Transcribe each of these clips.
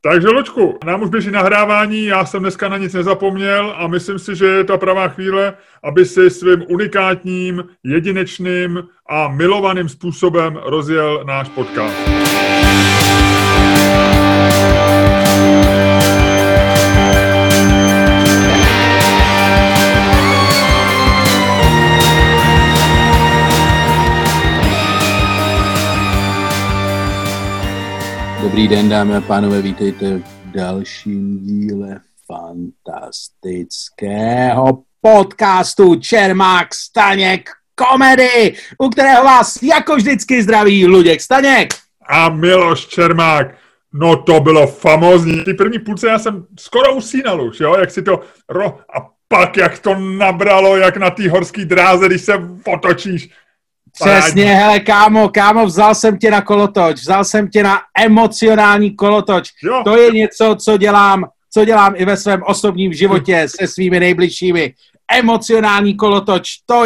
Takže Luďku, nám už běží nahrávání, já jsem dneska na nic nezapomněl a myslím si, že je ta pravá chvíle, aby si svým unikátním, jedinečným a milovaným způsobem rozjel náš podcast. Dobrý den, dámy a pánové, vítejte v dalším díle fantastického podcastu Čermák Staněk Komedy, u kterého vás jako vždycky zdraví Luděk Staněk. A Miloš Čermák. No to bylo famózní. Ty první půlce já jsem skoro usínal už, jo, jak si to a pak jak to nabralo, jak na té horské dráze, když se otočíš. Přesně, hele, kámo, vzal jsem tě na kolotoč, vzal jsem tě na emocionální kolotoč. Jo. To je něco, co dělám i ve svém osobním životě se svými nejbližšími. Emocionální kolotoč, to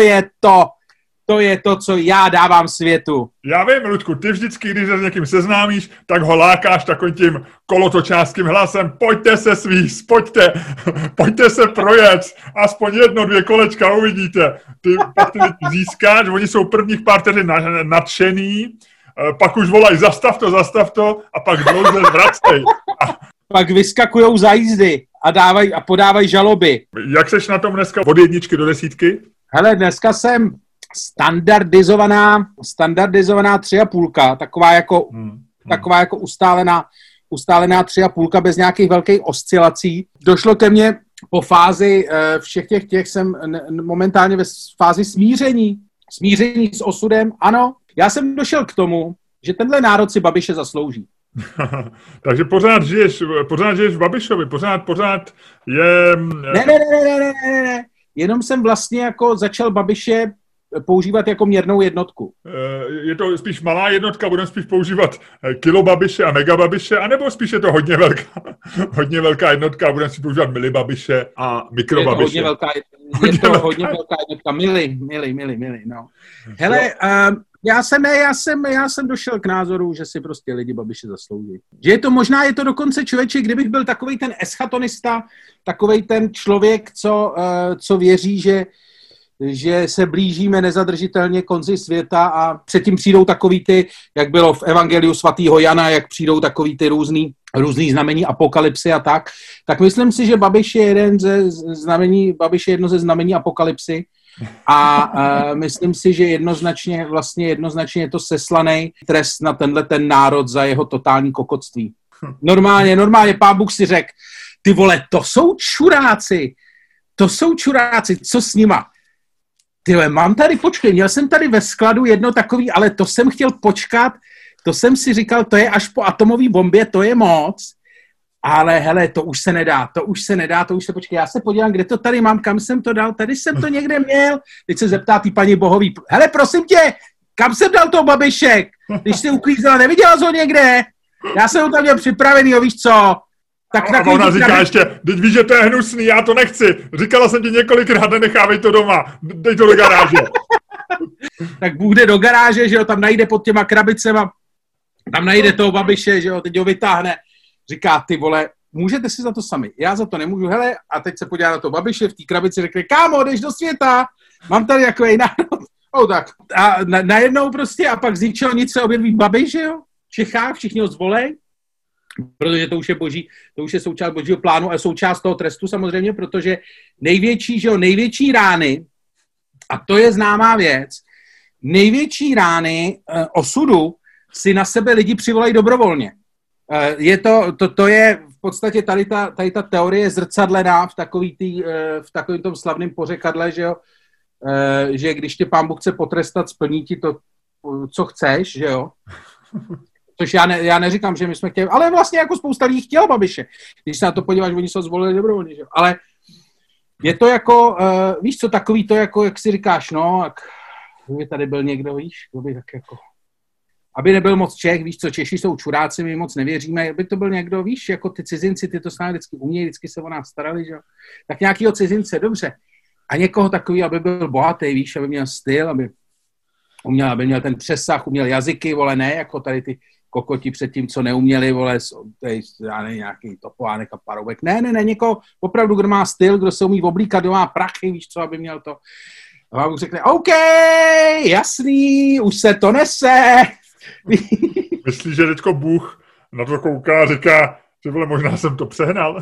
je to, co já dávám světu. Já vím, Ludku, ty vždycky, když se s někým seznámíš, tak ho lákáš takovým tím kolotočářským hlasem. Pojďte se svíz, pojďte se projet, aspoň 1-2 kolečka uvidíte. Pak ty získáš, oni jsou prvních pár vteřin nadšený, pak už volají zastav to a pak dlouze vracej. Pak vyskakujou za jízdy a podávají žaloby. Jak seš na tom dneska od 1 do 10? Hele, dneska jsem standardizovaná 3,5, taková jako ustálená 3,5 bez nějakých velkých oscilací. Došlo ke mně po fázi všech těch jsem momentálně ve fázi smíření s osudem. Ano, já jsem došel k tomu, že tenhle národ si Babiše zaslouží. Takže pořád žiješ v Babišovi, pořád je... Ne. Jenom jsem vlastně jako začal Babiše používat jako měrnou jednotku. Je to spíš malá jednotka, budeme spíš používat kilo Babiše a mega Babiše, anebo spíš je to hodně velká jednotka a budeme spíš používat mili Babiše a mikro Babiše. Je to hodně velká jednotka, mili, no. Hele, já jsem došel k názoru, že si prostě lidi Babiše zaslouží. Že je to možná, je to dokonce člověče, kdybych byl takovej ten eschatonista, takovej ten člověk, co věří, že se blížíme nezadržitelně konci světa a předtím přijdou takový ty, jak bylo v Evangeliu svatého Jana, jak přijdou takový ty různý znamení apokalypsy a tak myslím si, že Babiš je jedno ze znamení apokalypsy a myslím si, že jednoznačně je to seslaný trest na ten národ za jeho totální kokotství. Normálně Pán Bůh si řekl, ty vole, to jsou čuráci, co s nima? Tyhle, měl jsem tady ve skladu jedno takový, ale to jsem chtěl počkat, to jsem si říkal, to je až po atomové bombě, to je moc, ale hele, to už se počkej, já se podívám, kde to tady mám, kam jsem to dal, tady jsem to někde měl, teď se zeptá tý paní Bohový, hele, prosím tě, kam jsem dal toho Babišek, když jsi uklízela, neviděla jsi ho někde, já jsem ho tam měl připravený, víš co, tak a ona říká ještě, teď víš, že to je hnusný, já to nechci. Říkala jsem ti několikrát, nenechávej to doma, dej to do garáže. Tak Bůh jde do garáže, že jo, tam najde pod těma krabicema, tam najde toho Babiše, že jo, teď ho vytáhne. Říká, ty vole, můžete si za to sami, já za to nemůžu, hele, a teď se podívá na to Babiše, v té krabici řekne, kámo, jdeš do světa, mám tady takovej národ. Tak. A najednou prostě, a pak z ničeho nic se objeví Babiš, že jo, v Čechách, všichni ho zvolej. Protože to už je součást božího plánu a součást toho trestu samozřejmě, protože největší rány, a to je známá věc, největší rány osudu si na sebe lidi přivolají dobrovolně. To je v podstatě tady ta teorie zrcadlená v takovým tom slavném pořekadle, že jo, že když tě Pán Bůh chce potrestat, splní ti to, co chceš, že jo. Což já neříkám, že my jsme chtěli, ale vlastně jako spousta lidí chtěla Babiše. Když se na to podíváš, oni se zvolili dobrovolně, že? Ale je to jako, víš co, takový to jako, jak si říkáš, no, jak by tady byl někdo, víš, by tak jako, aby nebyl moc Čech, víš co, Češi jsou čuráci, my moc nevěříme, aby to byl někdo, víš, jako ty cizinci, ty to s námi vždycky umějí, vždycky se o nás starali, že jo. Tak nějakýho cizince, dobře. A někoho takový, aby byl bohatý, víš, aby měl styl, aby měl ten přesah, uměl jazyky, vole, ne, jako tady ty kokoti před tím, co neuměli, vole, já nevím, nějaký Topolánek a Paroubek. Ne, někoho opravdu, kdo má styl, kdo se umí oblíkat, kdo má prachy, víš co, aby měl to. A vám řekne, OK, jasný, už se to nese. Myslíš, že teďko Bůh na to kouká a říká, že vole, možná jsem to přehnal?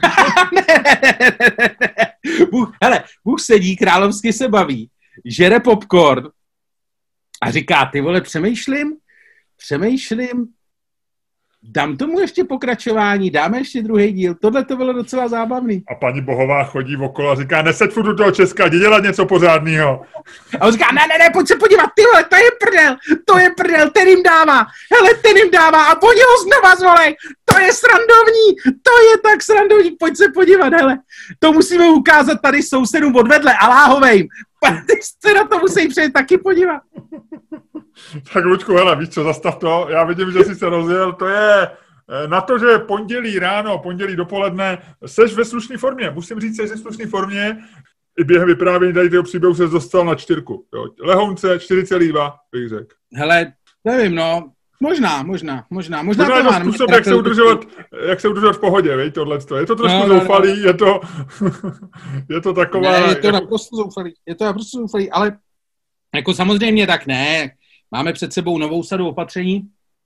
ne. Bůh sedí, královsky se baví, žere popcorn a říká, ty vole, přemýšlím, dám tomu ještě pokračování, dáme ještě druhý díl. Tohle to bylo docela zábavný. A paní Bohová chodí okolo a říká, neseď furt do toho Česka, jdi dělat něco pořádného. A on říká, ne, pojď se podívat, ty vole, to je prdel, ten jim dává a oni ho znova zvolej, to je srandovní, to je tak srandovní, pojď se podívat, hele, to musíme ukázat tady sousedům odvedle, Aláhovejm, ty se na to musí přijet taky podívat. Tak Lučku, hele, víš co, zastav to, já vidím, že jsi se rozjel, to je na to, že pondělí ráno, pondělí dopoledne, seš ve slušné formě, musím říct, seš ve slušné formě, i během vyprávění tady toho příběhu se dostal na 4. Jo. Lehounce 4,2, bych řekl. Hele, nevím, no, možná to má způsob, jak se udržovat v pohodě, veď, tohleto. Je to trošku zoufalý, je to taková... Ne, je to naprosto zoufalý, ale jako samozřejmě tak ne. Máme před sebou novou sadu opatření,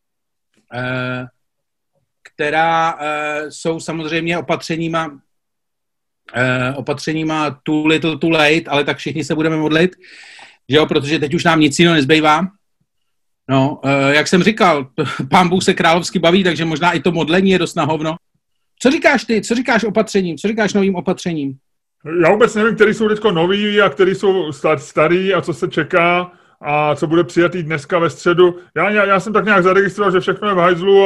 která jsou samozřejmě opatřeníma too little too late, ale tak všichni se budeme modlit, že jo, protože teď už nám nic jiného nezbývá. No, jak jsem říkal, pán Bůh se královsky baví, takže možná i to modlení je dost na hovno. Co říkáš ty? Co říkáš opatřením? Co říkáš novým opatřením? Já vůbec nevím, který jsou teďko nový a který jsou starý a co se čeká a co bude přijatý dneska ve středu. Já jsem tak nějak zaregistroval, že všechno je v hajzlu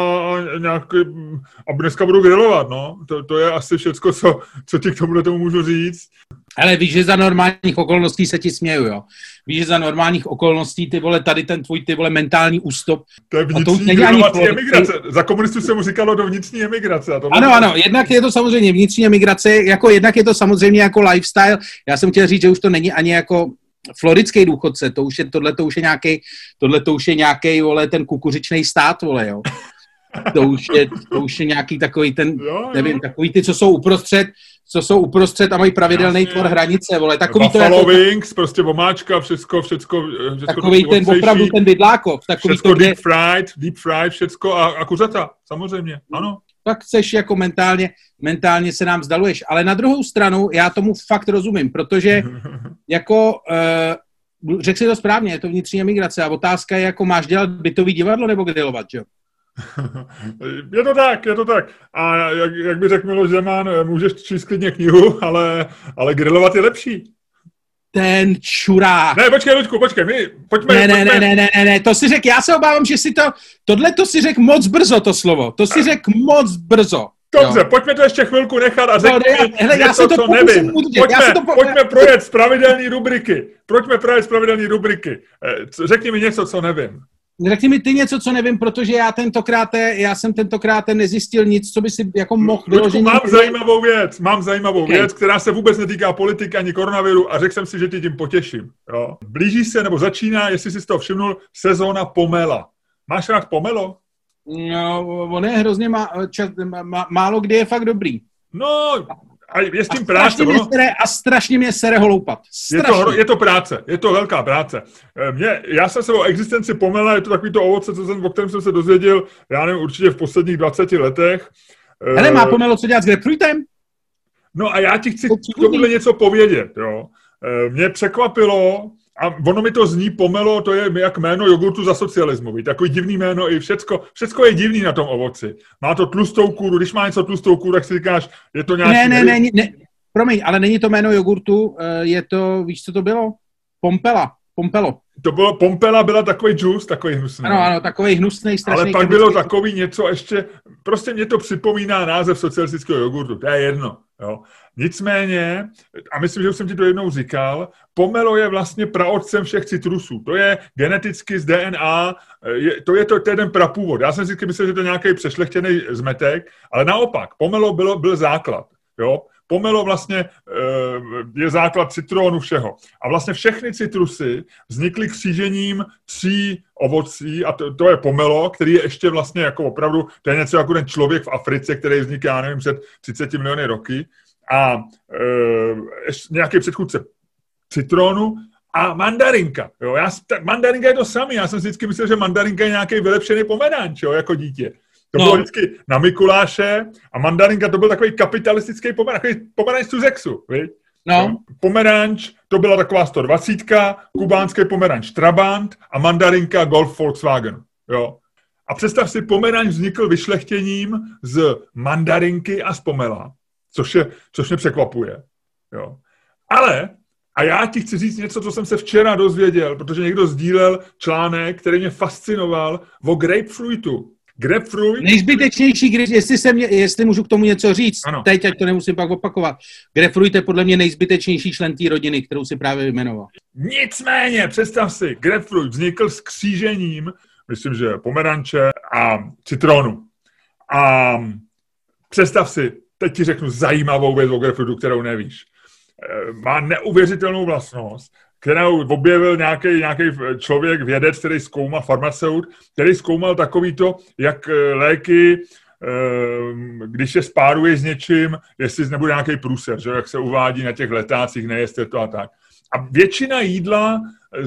a dneska budu grilovat, no. To je asi všecko, co ti k tomu můžu říct. Ale víš, že za normálních okolností se ti směju, jo. Víš, že za normálních okolností, ty vole, tady ten tvůj, ty vole, mentální ústup. To je vnitřní grilovací emigrace. Za komunistů se mu říkalo do vnitřní emigrace. Ano, jednak je to samozřejmě vnitřní emigrace, jako jednak je to samozřejmě jako lifestyle. Já jsem chtěl říct, že už to není ani jako floridský důchodce, tohle to už je nějaký, vole, ten kukuřičnej stát, vole, jo. To už je nějaký takový ten, nevím, takový ty, co jsou uprostřed a mají pravidelný tvor hranice, vole. Takový Buffalo to jako, Wings, prostě vomáčka, všecko takový ten, opravdu ten bydlákov. Všecko deep fried, všecko a kuřata, samozřejmě, ano. Tak seš jako mentálně se nám vzdaluješ. Ale na druhou stranu já tomu fakt rozumím, protože jako řekl si to správně, je to vnitřní emigrace a otázka je, jako máš dělat bytový divadlo nebo grilovat, jo? Je to tak. A jak by řekl Miloš Zeman, můžeš číst klidně knihu, ale grilovat je lepší. Ten čurák. Ne, počkej, Luďku, pojďme. Ne, to si řekl, já se obávám, že si tohle si řekl moc brzo, to slovo. To si řekl moc brzo. Dobře, jo. Pojďme to ještě chvilku nechat a řekni něco, co nevím. Pojďme projet pravidelné rubriky. Řekni mi něco, co nevím. Řekni mi ty něco, co nevím, protože já jsem tentokrát nezjistil nic, co by si jako mohl vyložit. Mám zajímavou věc, která se vůbec netýká politiky ani koronaviru a řekl jsem si, že tě tím potěším. Jo. Blíží se, nebo začíná, jestli jsi z toho všimnul, sezóna pomela. Máš rád pomelo? No, on je hrozně málo kdy je fakt dobrý. No, a je s tím práce. A strašně mě sere holoupat. Je to práce, je to velká práce. Já jsem se o existenci pomela, je to takový to ovoce, o kterém jsem se dozvěděl, já nevím, určitě v posledních 20 letech. Hele, má pomelo co dělat s grapefruitem? No a já ti chci k tomuhle něco povědět, jo. Mě překvapilo, a ono mi to zní pomelo, to je jak jméno jogurtu za socialismu, takový divný jméno i všecko je divný na tom ovoci. Má to tlustou kůru, když má něco tlustou kůru, tak si říkáš, je to nějaký... Ne, promiň, ale není to jméno jogurtu, je to, víš, co to bylo? Pompelo. To bylo, Pompela byla takový džus, takový hnusný. Ano, takový hnusný, strašný. Ale pak bylo takový něco ještě, prostě mě to připomíná název socialistického jogurtu, to je jedno, jo. Nicméně, a myslím, že už jsem ti to jednou říkal, pomelo je vlastně praotcem všech citrusů. To je geneticky z DNA, to je ten prapůvod. Já jsem si myslel, že to je nějaký přešlechtěný zmetek, ale naopak, pomelo byl základ. Jo? Pomelo vlastně je základ citronu všeho. A vlastně všechny citrusy vznikly křížením 3 ovocí a to je pomelo, který je ještě vlastně jako opravdu, to je něco jako ten člověk v Africe, který vznikl, já nevím, před 30 miliony roky a nějaký předchůdce citronu a mandarinka. Jo? Mandarinka je to samý. Já jsem si vždycky myslel, že mandarinka je nějaký vylepšený pomeranč, jo, jako dítě. To bylo vždycky na Mikuláše a mandarinka to byl takový kapitalistický pomeranč, takový pomeranč Suzexu, viď? No. Pomeranč, to byla taková 120, kubánský pomeranč Trabant a mandarinka Golf Volkswagen. Jo? A představ si, pomeranč vznikl vyšlechtěním z mandarinky a z pomela, což mě překvapuje. Jo? Ale, a já ti chci říct něco, co jsem se včera dozvěděl, protože někdo sdílel článek, který mě fascinoval o grapefruitu. Grapefruit... Nejzbytečnější, jestli můžu k tomu něco říct, ano. Teď, ať to nemusím pak opakovat. Grapefruit je podle mě nejzbytečnější člen té rodiny, kterou si právě vyjmenoval. Nicméně, představ si, grapefruit vznikl s křížením, myslím, že pomeranče a citronu. A představ si, teď ti řeknu zajímavou věc o grapefruitu, kterou nevíš. Má neuvěřitelnou vlastnost, kterou objevil nějaký člověk, vědec, který zkoumal, farmaceut, který zkoumal takovýto, jak léky, když je spáruje s něčím, jestli nebude nějaký průser, že? Jak se uvádí na těch letácích, nejeste to a tak. A většina jídla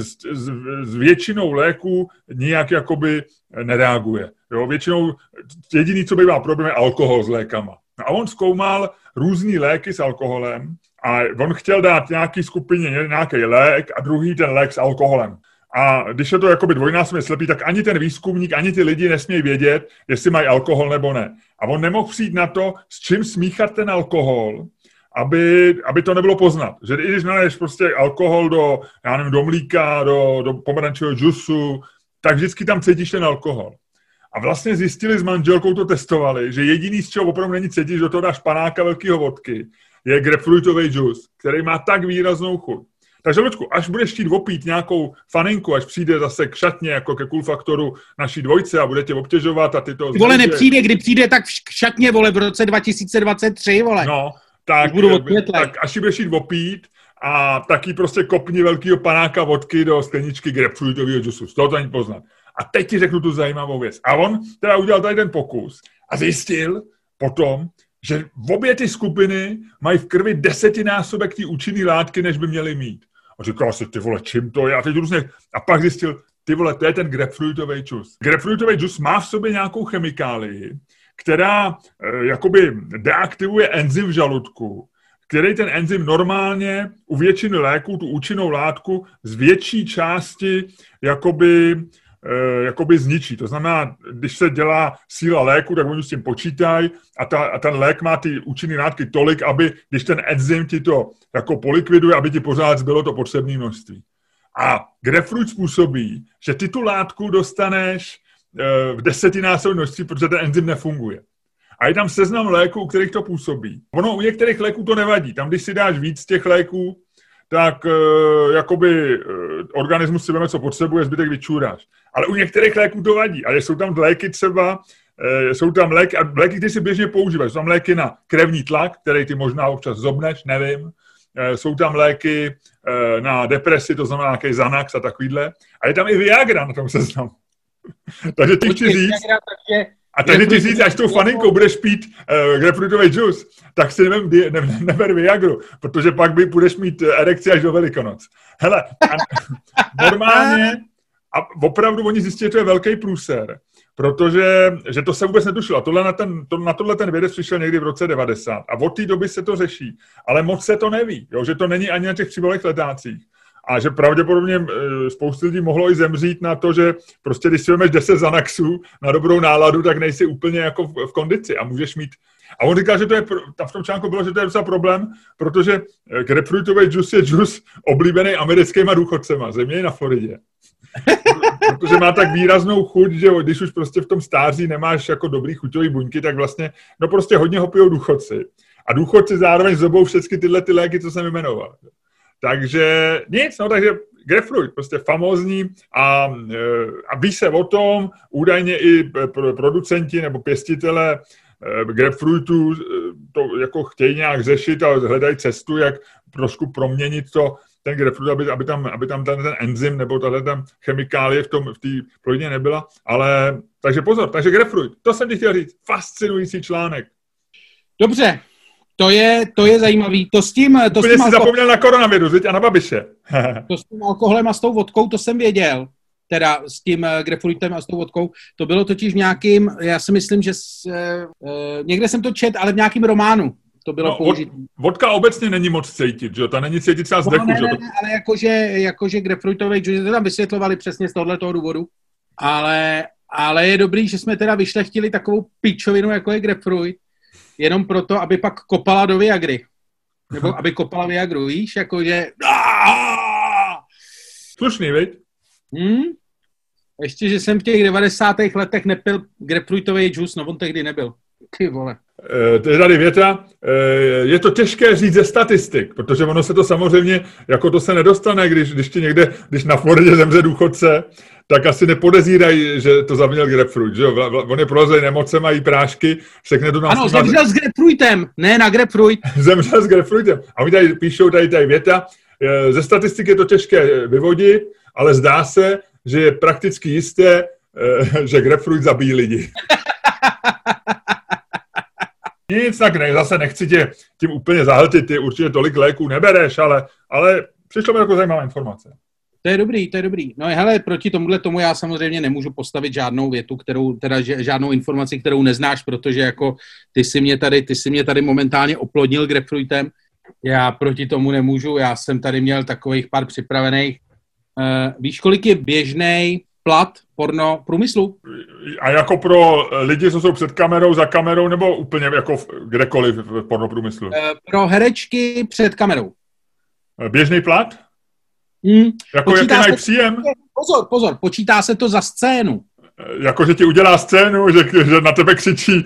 s většinou léků nijak jakoby nereaguje. Jo? Většinou jediný, co bývá problém, je alkohol s lékama. A on zkoumal různý léky s alkoholem, a on chtěl dát nějaký skupině nějaký lék a druhý ten lék s alkoholem. A když je to jakoby dvojnásobně slepý, tak ani ten výzkumník, ani ty lidi nesmějí vědět, jestli mají alkohol nebo ne. A on nemohl přijít na to, s čím smíchat ten alkohol, aby to nebylo poznat. Že i když naleješ prostě alkohol do mlíka, do pomerančového džusu, tak vždycky tam cítíš ten alkohol. A vlastně zjistili s manželkou, to testovali, že jediný, z čeho opravdu není cítit, do toho dáš panáka velkého vodky, je grapefruitový džus, který má tak výraznou chuť. Takže, Luďku, až budeš chtít opít nějakou faninku, až přijde zase k šatně, jako ke Cool Faktoru naší dvojce a bude tě obtěžovat a ty to... Vole, nepřijde, kdy přijde, tak k šatně, vole, v roce 2023, vole. No, tak až ji budeš chtít opít a taky prostě kopni velkýho panáka vodky do skleničky grapefruitového džusu. Z toho to ani poznat. A teď ti řeknu tu zajímavou věc. A on teda udělal tady ten pokus a zjistil potom, že obě ty skupiny mají v krvi 10násobek té účinné látky, než by měly mít. A říkal si, ty vole, čím to je? A pak zjistil, ty vole, to je ten grapefruitový džus. Grapefruitový džus má v sobě nějakou chemikálii, která jakoby deaktivuje enzym v žaludku, který ten enzym normálně u většiny léků, tu účinnou látku z větší části jakoby zničí. To znamená, když se dělá síla léku, tak oni s tím počítají a ten lék má ty účinné látky tolik, aby, když ten enzym ti to jako polikviduje, aby ti pořád zbylo to potřebné množství. A grapefruit způsobí, že ty tu látku dostaneš v 10násobné množství, protože ten enzym nefunguje. A je tam seznam léků, u kterých to působí. Ono u některých léků to nevadí. Tam, když si dáš víc těch léků, tak organismus si veme, co potřebuje, zbytek vyčůráš. Ale u některých léků to vadí. Ale jsou tam léky třeba, léky, které si běžně používají. Jsou tam léky na krevní tlak, který ty možná občas zobneš, nevím. Jsou tam léky na depresi, to znamená nějaký Xanax a takovýhle. A je tam i Viagra na tom seznamu. Takže ty chci říct... A tady ty říct, až tou faninkou budeš pít grapefruitový džus, tak si neber Viagru, protože pak budeš mít erekci až do Velikonoc. Hele, normálně, a opravdu oni zjistili, že to je velký průser, protože že to se vůbec netušilo. Na tohle ten vědec přišel někdy v roce 90 a od té doby se to řeší, ale moc se to neví, jo, že to není ani na těch příbalových letácích. A že pravděpodobně spoustu lidí mohlo i zemřít na to, že prostě když si vemeš 10 Xanaxů na dobrou náladu, tak nejsi úplně jako v kondici a můžeš mít... A on říkal, že to je, tam v tom článku bylo, že to je docela problém, protože grapefruitový džus je džus oblíbený americkýma důchodcema, země na Floridě. Protože má tak výraznou chuť, že když už prostě v tom stáří nemáš jako dobrý chuťový buňky, tak vlastně, no prostě hodně ho pijou důchodci. A důchodci zároveň zobou všechny tyhle ty léky, co jsem jmenoval. Takže nic, no takže grapefruit, prostě famózní a ví se o tom, údajně i producenti nebo pěstitele grapefruitů to jako chtějí nějak řešit a hledají cestu, jak trošku proměnit ten grapefruit, aby tam ten enzym nebo ta chemikálie v té plodině nebyla. Ale, takže pozor, takže grapefruit, to jsem ti chtěl říct, fascinující článek. Dobře, to je zajímavý. To s tím jsi zapomněl na koronavirus, a na Babiše. To s tím alkoholem a s tou vodkou, to jsem věděl. Teda s tím grapefruitem a s tou vodkou. To bylo totiž v nějakým, já si myslím, že někde jsem to četl, ale v nějakým románu to bylo použít. Vodka obecně není moc cítit, že jo? Ta není cítit třeba z dechu, že jo? Ne, ale jakože grapefruitový džus, to tam vysvětlovali přesně z tohoto důvodu. Ale je dobrý, že jsme teda vyšlechtili takovou pičovinu, jako je grapefruit, jenom proto, aby pak kopala do Viagry. Nebo aby kopala Viagru, víš? Jakože... Slušný, viď? Ještě, že jsem v těch 90. letech nepil grapefruitový džus, no on tehdy nebyl. Ty vole. To je tady věta. Je to těžké říct ze statistik, protože ono se to samozřejmě, jako to se nedostane, když na Floridě zemře důchodce, tak asi nepodezírají, že to zavinil grapefruit, že jo? On je prolezlý nemocem, mají prášky, sekne to na... Ano, zemřel s grapefruitem, ne na grapefruit. Zemřel s grapefruitem. A oni tady píšou tady věta, ze statistik je to těžké vyvodit, ale zdá se, že je prakticky jisté, že grapefruit zabíjí lidi. Nic tak ne, zase nechci tě tím úplně zahltit, ty určitě tolik léků nebereš, ale přišlo mi jako zajímavá informace. To je dobrý. No hele, proti tomu já samozřejmě nemůžu postavit žádnou větu, žádnou informaci, kterou neznáš, protože jako ty si mě tady momentálně oplodnil grapefruitem. Já proti tomu nemůžu, já jsem tady měl takových pár připravených. Víš, kolik je běžnej plat porno průmyslu? A jako pro lidi, co jsou před kamerou, za kamerou, nebo úplně jako kdekoliv v porno průmyslu? Pro herečky před kamerou. Běžný plat? Jako jaký mají příjem? Pozor, počítá se to za scénu. Jako, že ti udělá scénu, že na tebe křičí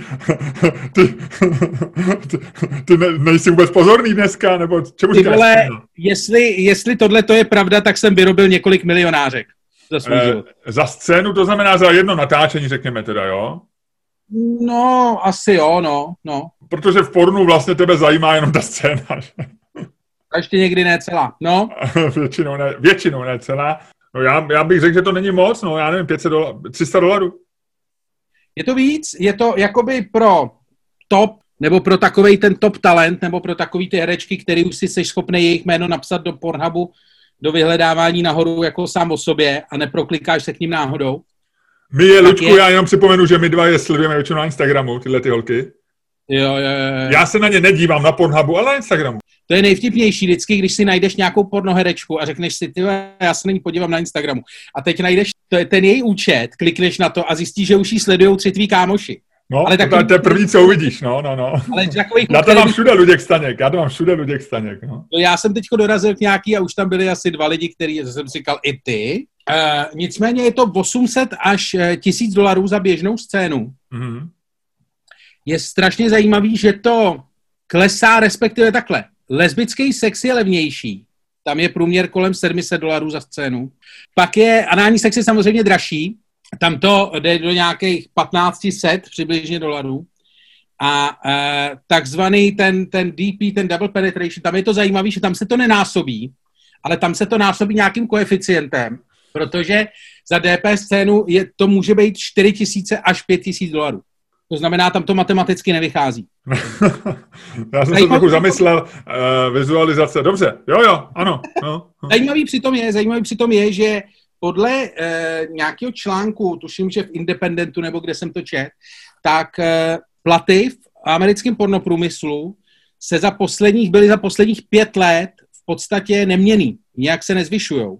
ty nejsi vůbec pozorný dneska, nebo čemu říkáš? Jestli tohle to je pravda, tak jsem vyrobil několik milionářek za svůj život. Za scénu to znamená za jedno natáčení, řekněme teda, jo? No, asi jo, no. Protože v pornu vlastně tebe zajímá jenom ta scéna. A ještě někdy ne celá, no. Většinou ne celá. No já bych řekl, že to není moc, no já nevím, $300. Je to víc, je to jakoby pro top, nebo pro takovej ten top talent, nebo pro takový ty herečky, který už si jsi schopný jejich jméno napsat do Pornhubu, do vyhledávání nahoru jako sám o sobě a neproklikáš se k ním náhodou. Luďku, já jenom připomenu, že my dva je sledujeme většinou na Instagramu, tyhle ty holky. Jo. Já se na ně nedívám na Pornhubu, ale na Instagramu. To je nejvtipnější vždycky, když si najdeš nějakou pornoherečku a řekneš si, já se na ní podívám na Instagramu. A teď najdeš ten její účet, klikneš na to a zjistíš, že už jí sledujou 3 tví kámoši. No, ale to je první, co uvidíš, no. Ale já to mám všude Luděk Staněk, no. Já jsem teďko dorazil k nějaký a už tam byli asi 2 lidi, který jsem si říkal, i ty. Nicméně je to $800 až $1,000 za běžnou scénu. Mm-hmm. Je strašně zajímavý, že to klesá, respektive takhle. Lesbický sex je levnější. Tam je průměr kolem $700 za scénu. Pak je anální sex je samozřejmě dražší. Tam to jde do nějakých 1500 přibližně dolarů. A takzvaný ten DP, ten double penetration, tam je to zajímavý, že tam se to nenásobí, ale tam se to násobí nějakým koeficientem, protože za DP scénu to může být $4,000 až $5,000. To znamená, tam to matematicky nevychází. Já jsem se trochu zamyslel, vizualizace. Dobře, jo, ano. No. Zajímavý přitom je, že podle nějakého článku, tuším, že v Independentu, nebo kde jsem to čet, tak platy v americkém pornoprůmyslu byly za posledních 5 let v podstatě neměnný. Nijak se nezvyšujou.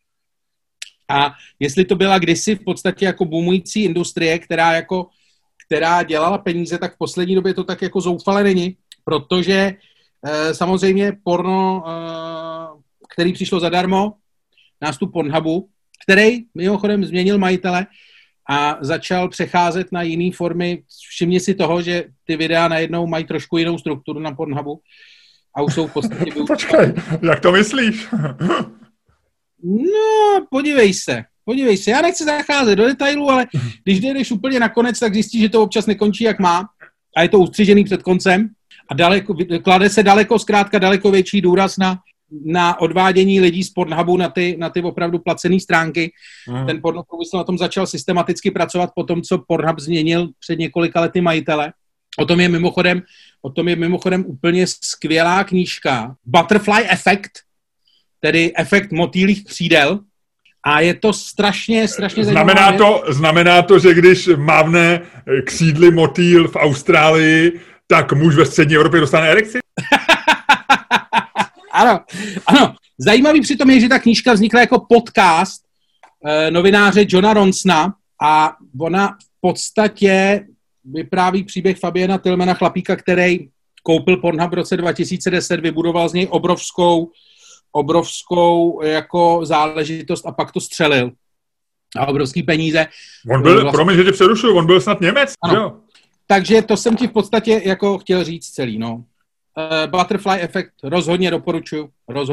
A jestli to byla kdysi v podstatě jako boomující industrie, která dělala peníze, tak v poslední době to tak jako zoufale není, protože samozřejmě porno, který přišlo zadarmo, nástup Pornhubu, který mimochodem změnil majitele a začal přecházet na jiné formy. Všimni si toho, že ty videa najednou mají trošku jinou strukturu na Pornhubu a už jsou v podstatě... Počkej, jak to myslíš? No, podívej se. Já nechci zacházet do detailů, ale když jdeš úplně nakonec, tak zjistíš, že to občas nekončí, jak má. a je to ustřižený před koncem a klade se daleko větší důraz na odvádění lidí z Pornhubu na ty opravdu placené stránky. Ten pornoprůmysl na tom začal systematicky pracovat po tom, co Pornhub změnil před několika lety majitele. O tom je mimochodem úplně skvělá knížka Butterfly Effect, tedy efekt motýlích křídel. A je to strašně Znamená to, že když mávne křídly motýl v Austrálii, tak muž ve střední Evropě dostane erekci? Ano. Zajímavý přitom je, že ta knížka vznikla jako podcast novináře Johna Ronsona a ona v podstatě vypráví příběh Fabiana Tillmana, chlapíka, který koupil Pornhub v roce 2010, vybudoval z něj obrovskou jako záležitost a pak to střelil. A obrovský peníze. Promiň, že tě přerušuju, on byl snad Němec, jo? Takže to jsem ti v podstatě jako chtěl říct celý, no. Butterfly Effect rozhodně doporučuju.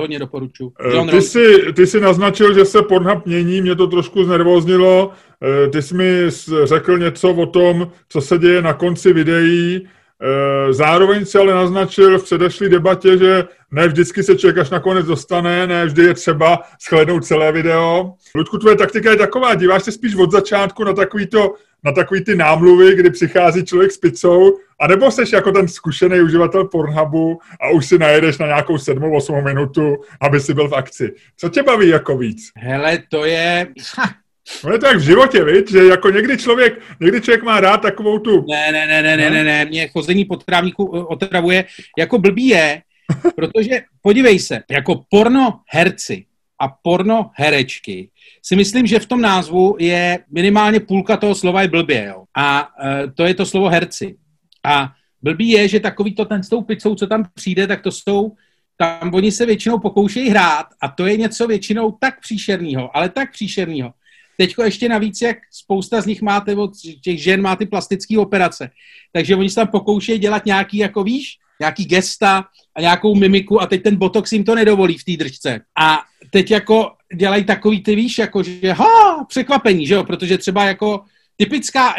Ty jsi naznačil, že se Pornhub mění, mě to trošku znervóznilo. Ty jsi mi řekl něco o tom, co se děje na konci videí. Zároveň si ale naznačil v předešlé debatě, že ne vždycky se člověk až nakonec dostane, ne vždy je třeba shlédnout celé video. Ludku, tvoje taktika je taková, díváš se spíš od začátku na takový ty námluvy, kdy přichází člověk s pizzou, anebo seš jako ten zkušený uživatel Pornhubu a už si najedeš na nějakou 7-8 minutu, aby si byl v akci. Co tě baví jako víc? Hele, to je... No je to jak v životě, viď? Že jako někdy člověk má rád takovou tu... Ne, mě chození po trávníku otravuje. Jako blbý je, protože podívej se, jako pornoherci a pornoherečky si myslím, že v tom názvu je minimálně půlka toho slova je blbě, jo. A to je to slovo herci. A blbý je, že takový to ten s tou pizzou, co tam přijde, tak to jsou, tam oni se většinou pokoušejí hrát a to je něco většinou tak příšernýho, ale tak příšernýho. Teďko ještě navíc, jak spousta z nich máte, od těch žen má ty plastické operace, takže oni se tam pokoušejí dělat nějaký, jako víš, nějaký gesta a nějakou mimiku a teď ten botox jim to nedovolí v té držce. A teď jako dělají takový ty, víš, jako že překvapení, že jo, protože třeba jako typická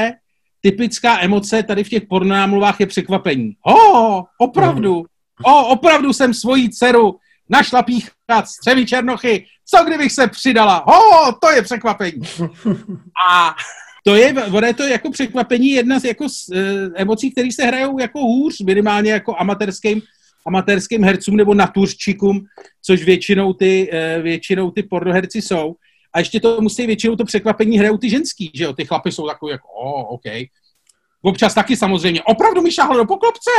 emoce tady v těch pornonámluvách je překvapení. Opravdu jsem svoji dceru našla píchat z 3 černochy, co kdybych se přidala? To je překvapení. A to je jako překvapení jedna z jako emocí, které se hrajou jako hůř, minimálně jako amatérským hercům nebo naturščikům, což většinou ty pornoherci jsou. A ještě to musí většinou to překvapení hrajou ty ženský, že jo? Ty chlapy jsou takový jako, OK. Občas taky samozřejmě, opravdu mi šáhlo do poklopce.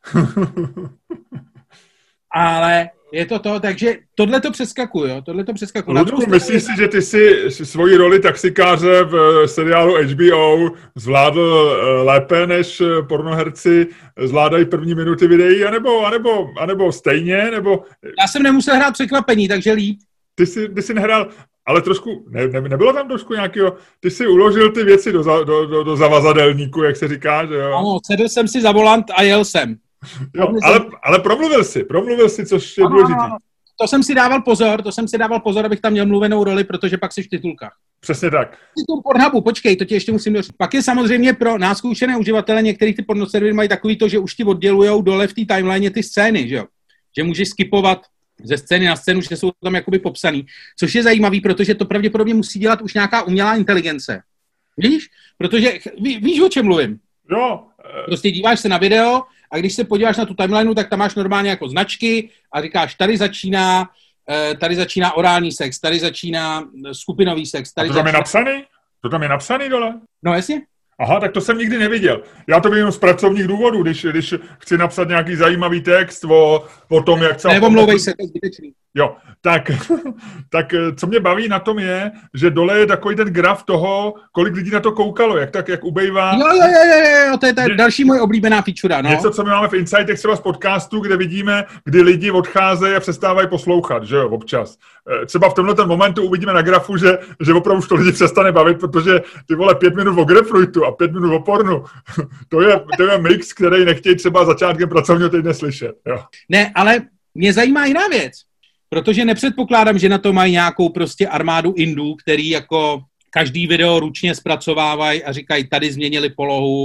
Ale je to, takže tohle to přeskakuju, jo, Ludku, myslíš si, že ty si svoji roli taxikáře v seriálu HBO zvládl lépe, než pornoherci zvládají první minuty videí, anebo stejně, nebo... Já jsem nemusel hrát překvapení, takže líp. Ty jsi nehrál, ale trošku, nebylo tam trošku nějakého, ty jsi uložil ty věci do zavazadelníku, jak se říká, že jo? Ano, sedl jsem si za volant a jel jsem. Jo, ale promluvil jsi, což je důležitý. To jsem si dával pozor, abych tam měl mluvenou roli, protože pak jsi v titulkách. Přesně tak. V Pornhubu, počkej, to ti ještě musím doříct. Pak je samozřejmě pro názkoušené uživatele, některých ty pornoservery mají takový to, že už ti oddělujou dole v té timeline ty scény, že jo? Že můžeš skipovat ze scény na scénu, že jsou tam jakoby popsaný. Což je zajímavý, protože to pravděpodobně musí dělat už nějaká umělá inteligence. Víš? Protože víš, o čem mluvím? Jo. Prostě díváš se na video a když se podíváš na tu timelineu, tak tam máš normálně jako značky a říkáš, tady začíná orální sex, tady začíná skupinový sex. Tady to tam je napsaný? To tam je napsaný dole? No jasně. Aha, tak to jsem nikdy neviděl. Já to vím z pracovních důvodů, když chci napsat nějaký zajímavý text o tom, jak se... Nevomlouvej se, to je zbytečný. Jo, tak co mě baví na tom je, že dole je takový ten graf toho, kolik lidí na to koukalo, jak ubejvá. Jo, to je další moje oblíbená feature, no. Něco, co my máme v Insightech třeba z podcastu, kde vidíme, kdy lidi odcházejí a přestávají poslouchat, že jo, občas. Třeba v tomhle momentu uvidíme na grafu, že opravdu už to lidi přestane bavit, protože ty vole 5 minut o grapefruitu a 5 minut o pornu, to je mix, který nechtějí třeba začátkem pracovního týdne slyšet, jo. Ne, ale mě zajímá jiná věc. Protože nepředpokládám, že na to mají nějakou prostě armádu Indů, který jako každý video ručně zpracovávají a říkají, tady změnili polohu,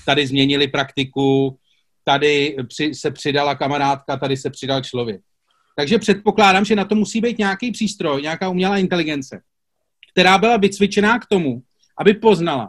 tady změnili praktiku, tady se přidala kamarádka, tady se přidal člověk. Takže předpokládám, že na to musí být nějaký přístroj, nějaká umělá inteligence, která byla vycvičená k tomu, aby poznala,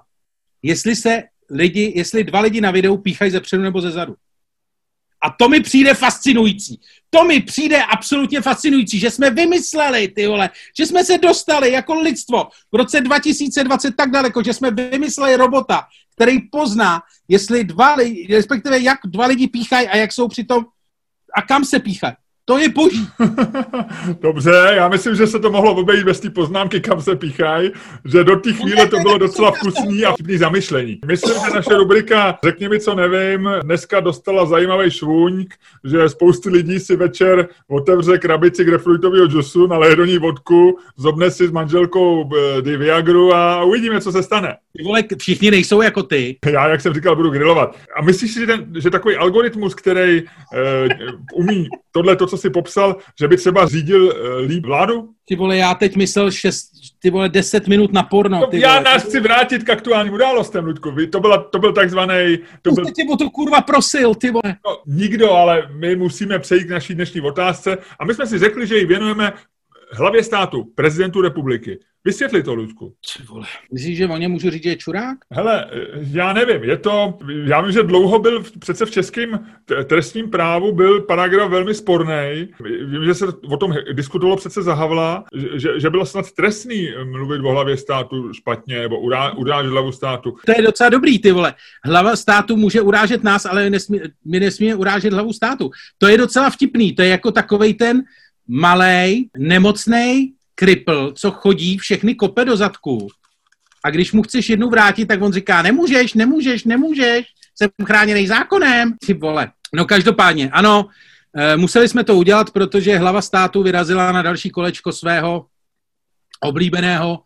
jestli dva lidi na videu píchají zepředu nebo zezadu. A to mi přijde fascinující. To mi přijde absolutně fascinující, že jsme vymysleli, ty vole, že jsme se dostali jako lidstvo v roce 2020 tak daleko, že jsme vymysleli robota, který pozná, jestli respektive jak dva lidi píchají a jak jsou přitom a kam se píchají. To je boží. Dobře, já myslím, že se to mohlo obejít bez té poznámky, kam se píchají, že do té chvíle to bylo docela vkusný a vtipný zamyšlení. Myslím, že naše rubrika Řekni mi, co nevím, dneska dostala zajímavý švůňk, že spousty lidí si večer otevře krabici grapefruitového džusu, naleje do ní vodku, zobne si s manželkou Viagru a uvidíme, co se stane. Ty vole, všichni nejsou jako ty. Já, jak jsem říkal, budu grilovat. A myslíš si, že takový algoritmus, který umí tohle, to, co jsi popsal, že by třeba řídil líp vládu? Ty vole, já teď myslel 10 minut na porno. No, já nás chci vrátit k aktuálním událostem, Luďku. To byl takzvaný... Jste tě o to kurva prosil, ty vole. No, nikdo, ale my musíme přejít k naší dnešní otázce. A my jsme si řekli, že ji věnujeme hlavě státu, prezidentu republiky. Vysvětli to, Luďku. Myslíš, že o něm můžu říct, že je čurák? Hele, já nevím, já vím, že dlouho byl přece v českém trestním právu byl paragraf velmi sporný. Vím, že se o tom diskutovalo přece za Havla, že bylo snad trestný mluvit o hlavě státu špatně, nebo urážet hlavu státu. To je docela dobrý, ty vole. Hlava státu může urážet nás, ale my nesmíme urážet hlavu státu. To je docela vtipný, to je jako takovej ten malej, nemocnej kripl, co chodí, všechny kope do zadku. A když mu chceš jednu vrátit, tak on říká, nemůžeš, jsem chráněný zákonem. Ty vole. No každopádně, ano, museli jsme to udělat, protože hlava státu vyrazila na další kolečko svého oblíbeného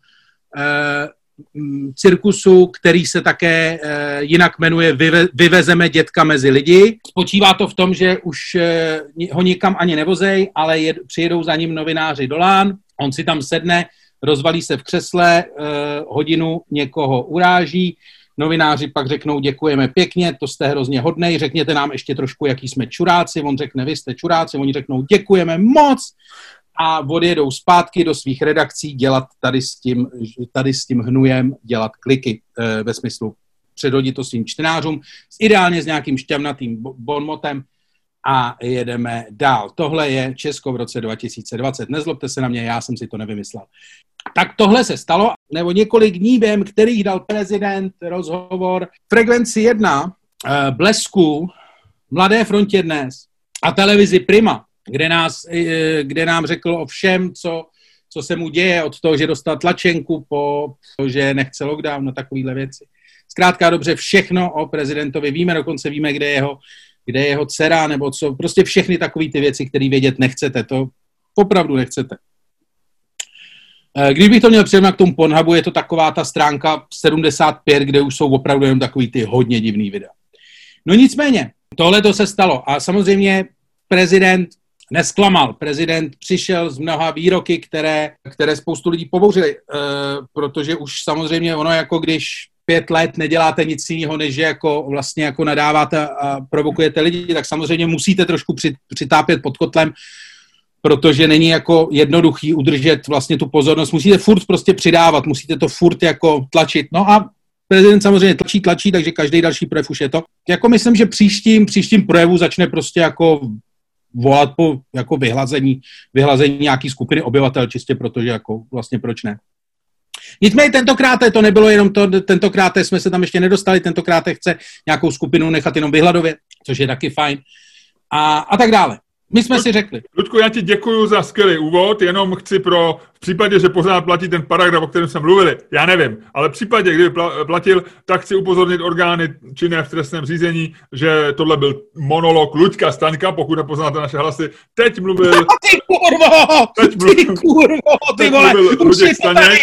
cirkusu, který se také jinak jmenuje Vyvezeme dětka mezi lidi. Spočívá to v tom, že už ho nikam ani nevozej, ale přijedou za ním novináři do lán, on si tam sedne, rozvalí se v křesle, hodinu někoho uráží, novináři pak řeknou děkujeme pěkně, to jste hrozně hodnej, řekněte nám ještě trošku, jaký jsme čuráci, on řekne vy jste čuráci, oni řeknou děkujeme moc a odjedou zpátky do svých redakcí dělat tady s tím hnujem dělat kliky ve smyslu předhodit to svým čtenářům, ideálně s nějakým šťavnatým bonmotem a jedeme dál. Tohle je Česko v roce 2020. Nezlobte se na mě, já jsem si to nevymyslel. Tak tohle se stalo, nebo několik dní během kterých dal prezident rozhovor Frekvenci 1, Blesku, Mladé frontě dnes a televizi Prima, kde nám řekl o všem, co se mu děje, od toho, že dostal tlačenku, po to, že nechce lockdown a takovýhle věci. Zkrátka dobře, všechno o prezidentovi víme, dokonce víme, kde je jeho dcera, nebo co, prostě všechny takové ty věci, které vědět nechcete, to opravdu nechcete. Když bych to měl přirovnat k tomu Pornhubu, je to taková ta stránka 75, kde už jsou opravdu jenom takový ty hodně divný videa. No nicméně, tohle to se stalo a samozřejmě prezident nesklamal. Prezident přišel z mnoha výroky, které spoustu lidí pobouřily, protože už samozřejmě ono jako když 5 let neděláte nic jiného, než že jako vlastně jako nadáváte a provokujete lidi, tak samozřejmě musíte trošku přitápět pod kotlem, protože není jako jednoduchý udržet vlastně tu pozornost. Musíte furt prostě přidávat, musíte to furt jako tlačit. No a prezident samozřejmě tlačí, takže každý další projev už je to. Jako myslím, že příštím projevu začne prostě jako volat po jako vyhlazení nějaký skupiny obyvatel, čistě protože jako vlastně proč ne. Nicméně tentokrát to nebylo jenom to, tentokrát jsme se tam ještě nedostali, tentokrát chce nějakou skupinu nechat jenom vyhladovět, což je taky fajn a tak dále. My jsme si řekli. Ludku, já ti děkuju za skvělý úvod, jenom chci v případě, že pořád platí ten paragraf, o kterém jsme mluvili, já nevím, ale v případě, kdyby platil, tak chci upozornit orgány činné v trestném řízení, že tohle byl monolog Luďka Staňka, pokud nepoznáte naše hlasy. Teď mluvil... Ty kurvo, ty vole, už je to tady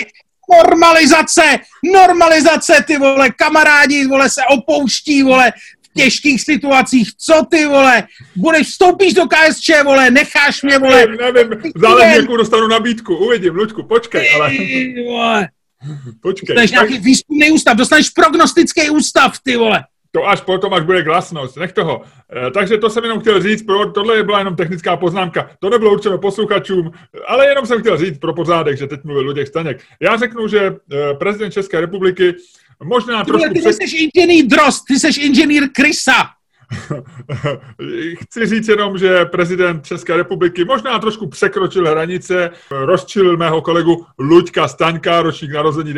normalizace, ty vole, kamarádi, vole, se opouští, vole, těžkých situacích, co ty, vole, vstoupíš do KSČ, vole, necháš mě, vole. Nevím, záleží, jakou dostanu nabídku, uvidím, Luďku, počkej, ale. Vole. Počkej. Dostaneš nějaký výzkumný ústav, dostaneš prognostický ústav, ty vole. To až potom, až bude glasnost, nech toho. Takže to jsem jenom chtěl říct, tohle byla jenom technická poznámka. To nebylo určeno posluchačům, ale jenom jsem chtěl říct pro pořádek, že teď mluvil Luděk Staněk. Já řeknu, že prezident České republiky možná trošku... Ty jsi inženýr Drozd, ty jsi inženýr Krysa. Chci říct jenom, že prezident České republiky možná trošku překročil hranice, rozčilil mého kolegu Luďka Staňka, ročník narození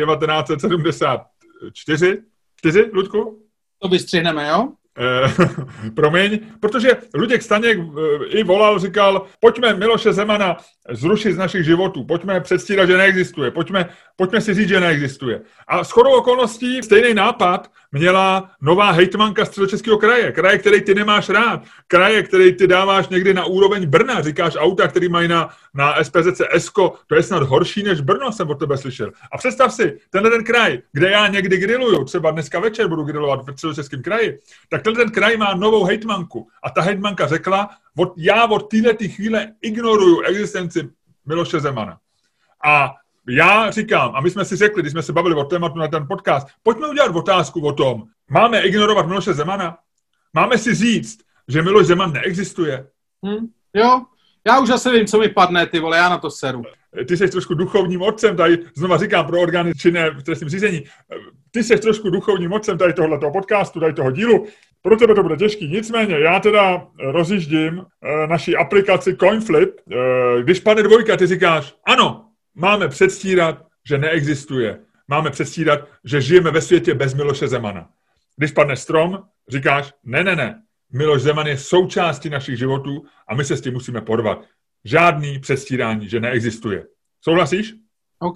1974. 4, Luďku? To vystřihneme, jo? Promiň, protože Luděk Staněk i volal, říkal, pojďme Miloše Zemana zrušit z našich životů, pojďme předstírat, že neexistuje, pojďme si říct, že neexistuje. A shodou okolností stejný nápad měla nová hejtmanka Středočeského kraje, který ty nemáš rád, kraje, který ty dáváš někdy na úroveň Brna, říkáš auta, který mají na SPZC Esko, to je snad horší než Brno, jsem od tebe slyšel. A představ si, ten kraj, kde já někdy griluju, třeba dneska večer budu grilovat v Středočeském kraji, tak ten kraj má novou hejtmanku. A ta hejtmanka řekla, já od této chvíle ignoruju existenci Miloše Zemana. A já říkám, a my jsme si řekli, když jsme se bavili o tématu na ten podcast, pojďme udělat otázku o tom, máme ignorovat Miloše Zemana? Máme si říct, že Miloš Zeman neexistuje? Jo, já už zase vím, co mi padne, ty vole, já na to seru. Ty jsi trošku duchovním otcem, tady znova říkám pro orgány činné v trestním řízení, ty jsi trošku duchovním otcem tady tohoto podcastu, tady toho dílu, pro tebe to bude těžký, nicméně já teda rozjíždím naší aplikaci Coinflip, když padne 2, ty říkáš, ano, máme předstírat, že neexistuje, máme předstírat, že žijeme ve světě bez Miloše Zemana. Když padne strom, říkáš, ne, Miloš Zeman je součástí našich životů a my se s tím musíme porvat. Žádný předstírání, že neexistuje. Souhlasíš? OK.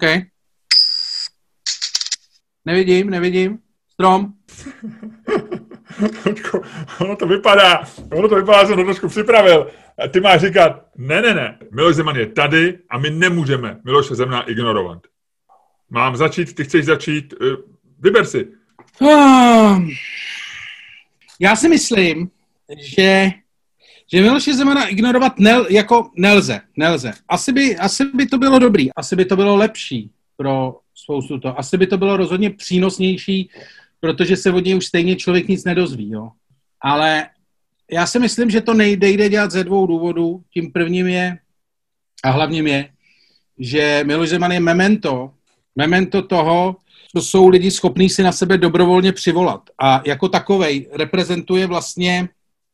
Nevidím. Strom. Ono to vypadá, jsem to trošku připravil. Ty máš říkat, ne, Miloš Zeman je tady a my nemůžeme Miloše Zemana ignorovat. Mám začít, ty chceš začít, vyber si. Já si myslím, že Miloše Zemana ignorovat nelze. Asi by to bylo dobrý, asi by to bylo lepší pro spoustu to. Asi by to bylo rozhodně přínosnější, protože se od něj už stejně člověk nic nedozví, jo. Ale já si myslím, že to nejde dělat ze 2 důvodů. Tím prvním je, a hlavním je, že Miloš Zeman je memento toho, co jsou lidi schopní si na sebe dobrovolně přivolat. A jako takovej reprezentuje vlastně,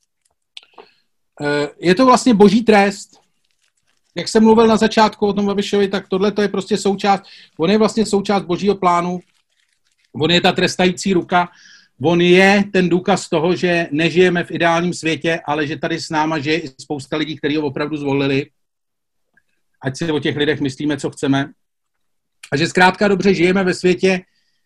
je to vlastně boží trest. Jak jsem mluvil na začátku o tom Babišovi, tak tohle to je prostě součást, on je vlastně součást božího plánu, on je ta trestající ruka, on je ten důkaz toho, že nežijeme v ideálním světě, ale že tady s náma žije i spousta lidí, kteří ho opravdu zvolili. Ať si o těch lidech myslíme, co chceme. A že zkrátka dobře žijeme ve světě,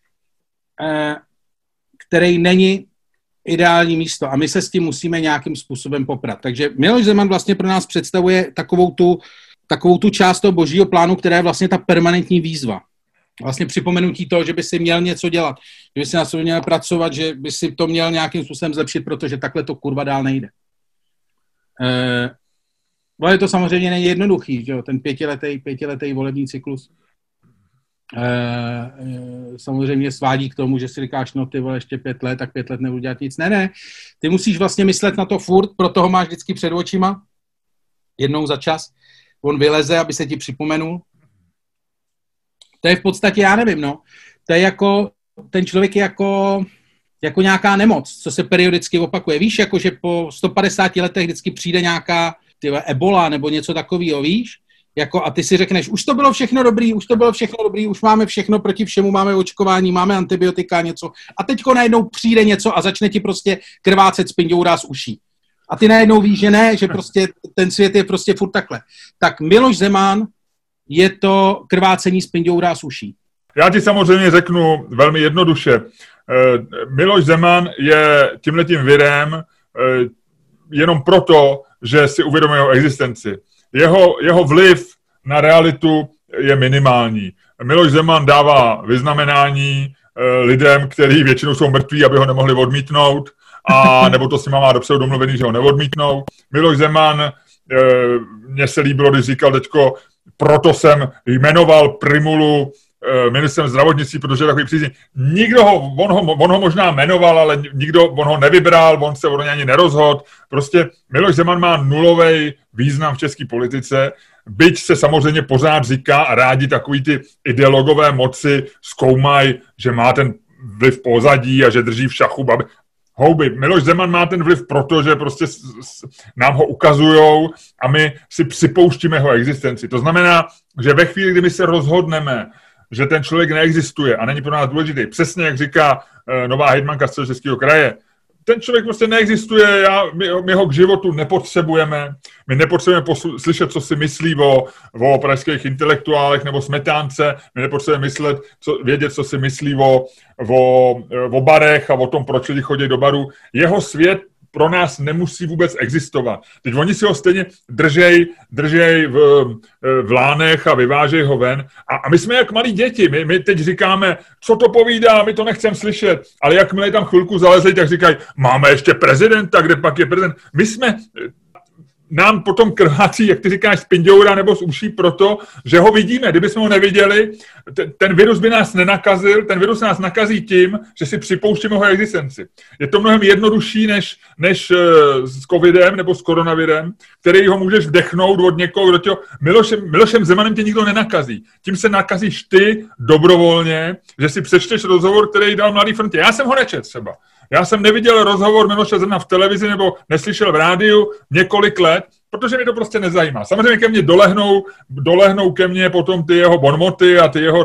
který není ideální místo a my se s tím musíme nějakým způsobem poprat. Takže Miloš Zeman vlastně pro nás představuje takovou tu část toho božího plánu, která je vlastně ta permanentní výzva. Vlastně připomenutí toho, že by si měl něco dělat, že by si na sobě měl pracovat, že by si to měl nějakým způsobem zlepšit, protože takhle to kurva dál nejde. Ale to samozřejmě není jednoduchý, že jo? Ten pětiletý volební cyklus. Samozřejmě svádí k tomu, že si říkáš, no ty vole, ještě 5 let, tak 5 let nebudu dělat nic. Ne, ty musíš vlastně myslet na to furt, proto ho máš vždycky před očima, jednou za čas, on vyleze, aby se ti připomenul. To je v podstatě, já nevím, no, to je jako, ten člověk je jako nějaká nemoc, co se periodicky opakuje. Víš, jako že po 150 letech vždycky přijde nějaká ebola nebo něco takového, víš? Jako, a ty si řekneš, už to bylo všechno dobrý, už máme všechno proti všemu, máme očkování, máme antibiotika, něco. A teďko najednou přijde něco a začne ti prostě krvácet z pindoura z uší. A ty najednou víš, že ne, že prostě ten svět je prostě furt takhle. Tak Miloš Zeman je to krvácení z pindoura z uší. Já ti samozřejmě řeknu velmi jednoduše. Miloš Zeman je tímhletím virem jenom proto, že si uvědomuje jeho existenci. Jeho vliv na realitu je minimální. Miloš Zeman dává vyznamenání lidem, kteří většinou jsou mrtví, aby ho nemohli odmítnout, a nebo to s nima má dopředu domluvený, že ho neodmítnou. Miloš Zeman, mně se líbilo, když říkal teďko, proto jsem jmenoval Primulu ministrem zdravotnictví, protože je takový přízní. On ho možná jmenoval, ale on ho nevybral, on se o něj ani nerozhodl. Prostě Miloš Zeman má nulový význam v české politice, byť se samozřejmě pořád říká a rádi takový ty ideologové moci zkoumají, že má ten vliv pozadí a že drží v šachu houby. Miloš Zeman má ten vliv proto, že prostě nám ho ukazujou a my si připouštíme jeho existenci. To znamená, že ve chvíli, kdy my se rozhodneme, že ten člověk neexistuje a není pro nás důležitý, přesně jak říká nová hejtmanka Středočeského kraje, ten člověk prostě neexistuje, my ho k životu nepotřebujeme, my nepotřebujeme slyšet, co si myslí o pražských intelektuálech nebo Smetánce, my nepotřebujeme vědět, co si myslí o barech a o tom, proč lidi chodí do baru. Jeho svět pro nás nemusí vůbec existovat. Teď oni si ho stejně držej v lánech a vyvážejí ho ven. A my jsme jak malí děti. My teď říkáme, co to povídá, my to nechceme slyšet. Ale jakmile tam chvilku zalezli, tak říkají, máme ještě prezidenta, kde pak je prezident. Nám potom krvácí, jak ty říkáš, z pindoura nebo z uší proto, že ho vidíme. Kdybychom ho neviděli, ten virus by nás nenakazil, ten virus nás nakazí tím, že si připouštíme jeho existenci. Je to mnohem jednodušší než s covidem nebo s koronavirem, který ho můžeš vdechnout od někoho, kdo tě Milošem Zemanem tě nikdo nenakazí. Tím se nakazíš ty dobrovolně, že si přečteš rozhovor, který dal Mladý frontě. Já jsem ho nečet třeba. Já jsem neviděl rozhovor Miloše Zemana v televizi nebo neslyšel v rádiu několik let, protože mě to prostě nezajímá. Samozřejmě ke mně dolehnou ke mně potom ty jeho bonmoty a ty jeho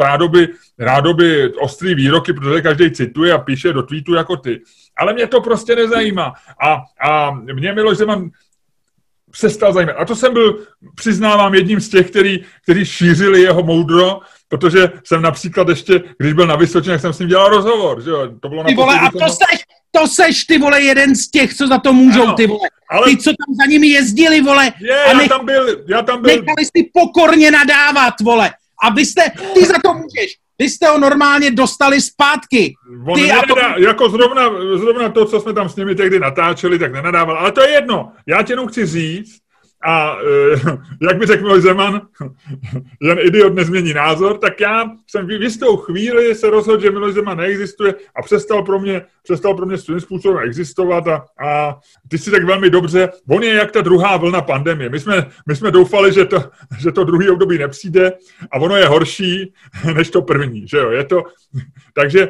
rádoby ostrý výroky, protože každý cituje a píše do tweetu jako ty. Ale mě to prostě nezajímá. A mě Miloš Zeman přestal zajímat. A to jsem byl, přiznávám, jedním z těch, kteří šířili jeho moudro, protože jsem například ještě, když byl na Vysočině, jsem s ním dělal rozhovor, že jo? To bylo ty vole, a to seš, ty vole, jeden z těch, co za to můžou, ano, ty vole. Ale... Ty, co tam za nimi jezdili, vole. Já tam byl. Nechali si pokorně nadávat, vole. A ty za to můžeš. Vy jste ho normálně dostali zpátky. Jako zrovna to, co jsme tam s nimi tehdy natáčeli, tak nenadával. Ale to je jedno. Já tě jenom chci říct, a jak by řekl Miloš Zeman, jen idiot nezmění názor, tak já jsem v jistou chvíli se rozhodl, že Miloš Zeman neexistuje a přestal pro mě svým způsobem existovat a ty si tak velmi dobře, on je jak ta druhá vlna pandemie. My jsme doufali, že to druhý období nepřijde a ono je horší než to první, že jo, je to, takže,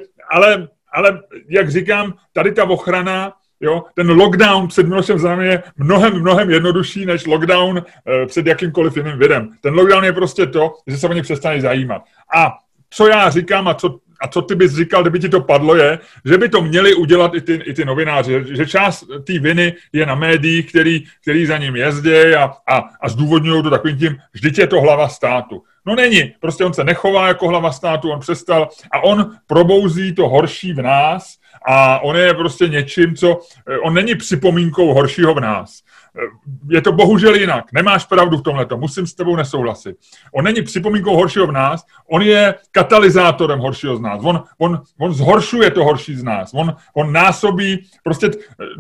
ale jak říkám, tady ta ochrana, jo, ten lockdown před Milošem Zemanem je mnohem jednodušší než lockdown před jakýmkoliv jiným virem. Ten lockdown je prostě to, že se o ně přestane zajímat. A co já říkám a co ty bys říkal, kdyby ti to padlo, je, že by to měli udělat i ty novináři, že část té viny je na médiích, který za ním jezdí a zdůvodňují to takovým tím, vždyť je to hlava státu. No není, prostě on se nechová jako hlava státu, on přestal a on probouzí to horší v nás a on je prostě něčím, on není připomínkou horšího v nás. Je to bohužel jinak. Nemáš pravdu v tomhletom. Musím s tebou nesouhlasit. On není připomínkou horšího v nás, on je katalyzátorem horšího z nás. On zhoršuje to horší z nás. On násobí, prostě,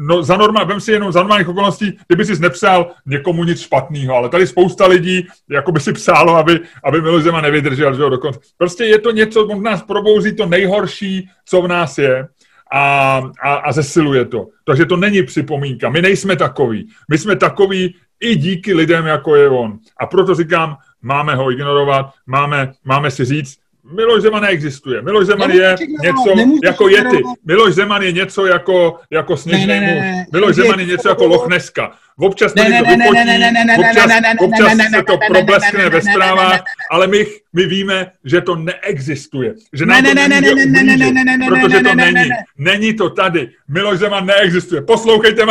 vem si jenom za normálních okolností, kdyby jsi nepsal někomu nic špatného, ale tady spousta lidí, jako by si psálo, aby Miloš Zeman nevydržel, že jo, dokonce. Prostě je to něco, on nás probouzí to nejhorší, co v nás je. A zesiluje to. Takže to není připomínka. My nejsme takoví. My jsme takoví i díky lidem, jako je on. A proto říkám, máme ho ignorovat, máme si říct, Miloš Zeman neexistuje. Miloš Zeman je něco jako Yeti. Miloš Zeman je něco jako sněžný muž. Miloš Zeman je něco jako Loch Nesska. Občas to vypotí, občas se to probleskne ve zprávách, ale my víme, že to neexistuje. Že nám to nemůže ublížit, protože to není. Není to tady. Miloš Zeman neexistuje. Poslouchejte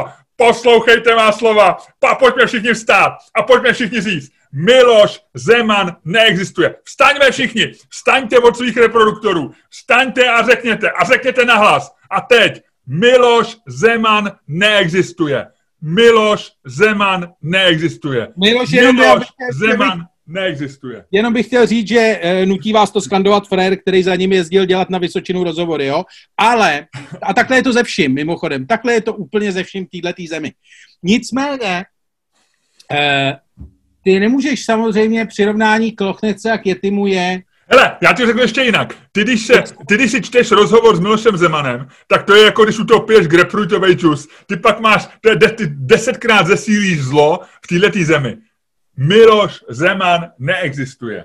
má slova. Pojďme všichni vstát a pojďme všichni říct. Miloš Zeman neexistuje. Vstaňme všichni. Vstaňte od svých reproduktorů. Vstaňte a řekněte nahlas. A teď. Miloš Zeman neexistuje. Miloš Zeman neexistuje. Miloš Zeman neexistuje. Jenom bych chtěl říct, že nutí vás to skandovat frér, který za ním jezdil dělat na Vysočinu rozhovory, jo? Ale, a takhle je to ze vším, mimochodem, takhle je to úplně ze vším v této zemi. Nicméně, ty nemůžeš samozřejmě přirovnání k Loch Nesse a k Yetimu je Hele, já ti řeknu ještě jinak. Ty, když si čteš rozhovor s Milošem Zemanem, tak to je jako když u toho piješ grapefruitový džus. Ty pak máš, ty 10krát zesílíš zlo v této zemi. Miloš Zeman neexistuje.